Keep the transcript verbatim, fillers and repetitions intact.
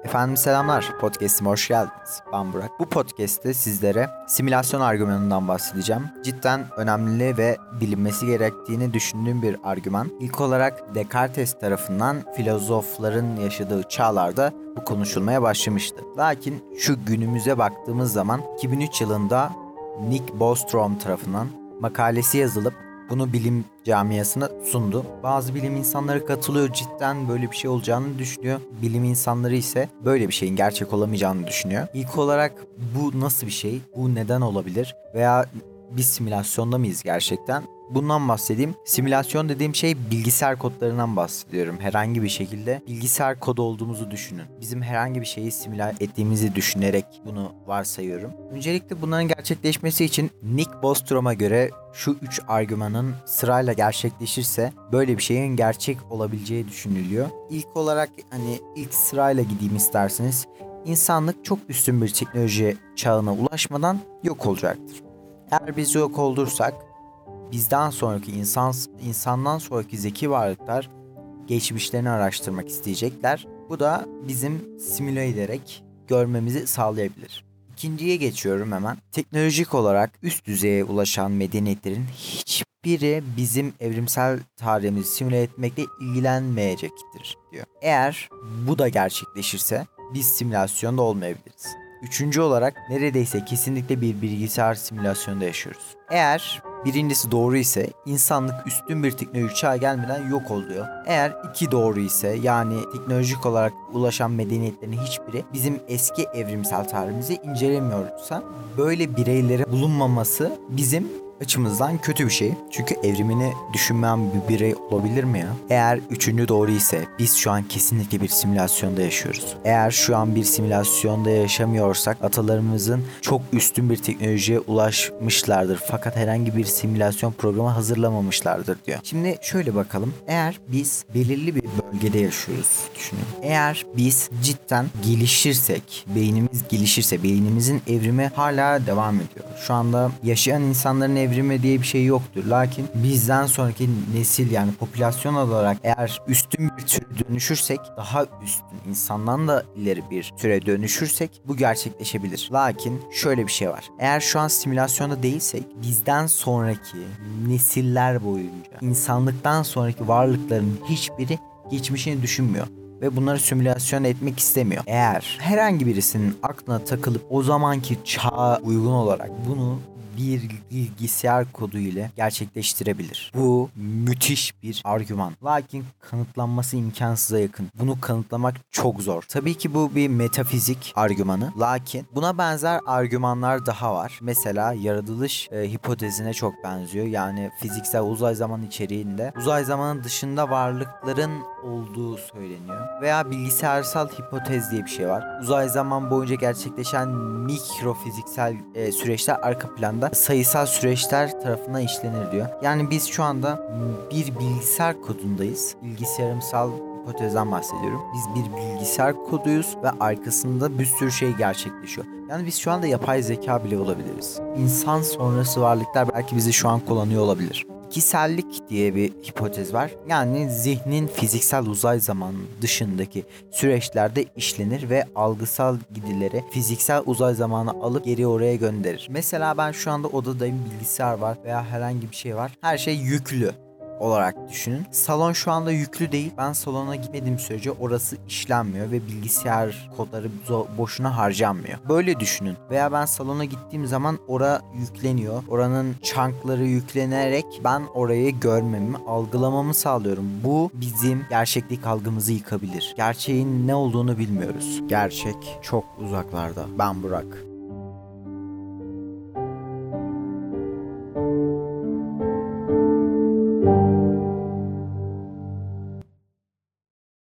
Efendim selamlar, podcast'ime hoş geldiniz. Ben Burak. Bu podcast'te sizlere simülasyon argümanından bahsedeceğim. Cidden önemli ve bilinmesi gerektiğini düşündüğüm bir argüman. İlk olarak Descartes tarafından filozofların yaşadığı çağlarda bu konuşulmaya başlamıştı. Lakin şu günümüze baktığımız zaman iki bin üç yılında Nick Bostrom tarafından makalesi yazılıp bunu bilim camiasına sundu. Bazı bilim insanları katılıyor, cidden böyle bir şey olacağını düşünüyor. Bilim insanları ise böyle bir şeyin gerçek olamayacağını düşünüyor. İlk olarak bu nasıl bir şey? Bu neden olabilir? Veya biz simülasyonda mıyız gerçekten? Bundan bahsedeyim. Simülasyon dediğim şey bilgisayar kodlarından bahsediyorum. Herhangi bir şekilde bilgisayar kodu olduğumuzu düşünün. Bizim herhangi bir şeyi simüle ettiğimizi düşünerek bunu varsayıyorum. Öncelikle bunların gerçekleşmesi için Nick Bostrom'a göre şu üç argümanın sırayla gerçekleşirse böyle bir şeyin gerçek olabileceği düşünülüyor. İlk olarak hani ilk sırayla gideyim isterseniz. İnsanlık çok üstün bir teknoloji çağına ulaşmadan yok olacaktır. Eğer biz yok olursak bizden sonraki insan insandan sonraki zeki varlıklar geçmişlerini araştırmak isteyecekler. Bu da bizim simüle ederek görmemizi sağlayabilir. İkinciye geçiyorum hemen. Teknolojik olarak üst düzeye ulaşan medeniyetlerin hiçbiri bizim evrimsel tarihimizi simüle etmekle ilgilenmeyecektir diyor. Eğer bu da gerçekleşirse biz simülasyonda olmayabiliriz. Üçüncü olarak neredeyse kesinlikle bir bilgisayar simülasyonunda yaşıyoruz. Eğer birincisi doğru ise insanlık üstün bir teknoloji çağı gelmeden yok oluyor. Eğer iki doğru ise yani teknolojik olarak ulaşan medeniyetlerin hiçbiri bizim eski evrimsel tarihimizi incelemiyorsa böyle bireylerin bulunmaması bizim açımızdan kötü bir şey. Çünkü evrimini düşünmeyen bir birey olabilir mi ya? Eğer üçüncü doğru ise biz şu an kesinlikle bir simülasyonda yaşıyoruz. Eğer şu an bir simülasyonda yaşamıyorsak atalarımızın çok üstün bir teknolojiye ulaşmışlardır. Fakat herhangi bir simülasyon programı hazırlamamışlardır diyor. Şimdi şöyle bakalım. Eğer biz belirli bir bölgede yaşıyoruz düşünün. Eğer biz cidden gelişirsek, beynimiz gelişirse, beynimizin evrimi hala devam ediyor. Şu anda yaşayan insanların evrimi evrimi diye bir şey yoktur. Lakin bizden sonraki nesil yani popülasyon olarak eğer üstün bir türe dönüşürsek, daha üstün insandan da ileri bir türe dönüşürsek bu gerçekleşebilir. Lakin şöyle bir şey var. Eğer şu an simülasyonda değilsek bizden sonraki nesiller boyunca insanlıktan sonraki varlıkların hiçbiri geçmişini düşünmüyor ve bunları simülasyon etmek istemiyor. Eğer herhangi birisinin aklına takılıp o zamanki çağa uygun olarak bunu bir bilgisayar kodu ile gerçekleştirebilir. Bu müthiş bir argüman. Lakin kanıtlanması imkansıza yakın. Bunu kanıtlamak çok zor. Tabii ki bu bir metafizik argümanı. Lakin buna benzer argümanlar daha var. Mesela yaratılış e, hipotezine çok benziyor. Yani fiziksel uzay zaman içeriğinde uzay zamanın dışında varlıkların olduğu söyleniyor. Veya bilgisayarsal hipotez diye bir şey var. Uzay zaman boyunca gerçekleşen mikrofiziksel e, süreçler arka planda sayısal süreçler tarafından işlenir diyor. Yani biz şu anda bir bilgisayar kodundayız. Bilgisayarımsal hipotezden bahsediyorum. Biz bir bilgisayar koduyuz ve arkasında bir sürü şey gerçekleşiyor. Yani biz şu anda yapay zeka bile olabiliriz. İnsan sonrası varlıklar belki bizi şu an kullanıyor olabilir. İkisellik diye bir hipotez var. Yani zihnin fiziksel uzay zamanı dışındaki süreçlerde işlenir ve algısal gidileri fiziksel uzay zamanı alıp geri oraya gönderir. Mesela ben şu anda odadayım, bilgisayar var veya herhangi bir şey var. Her şey yüklü olarak düşünün. Salon şu anda yüklü değil. Ben salona gitmediğim sürece orası işlenmiyor ve bilgisayar kodları boşuna harcanmıyor. Böyle düşünün. Veya ben salona gittiğim zaman ora yükleniyor. Oranın chunkları yüklenerek ben orayı görmemi, algılamamı sağlıyorum. Bu bizim gerçeklik algımızı yıkabilir. Gerçeğin ne olduğunu bilmiyoruz. Gerçek çok uzaklarda. Ben Burak.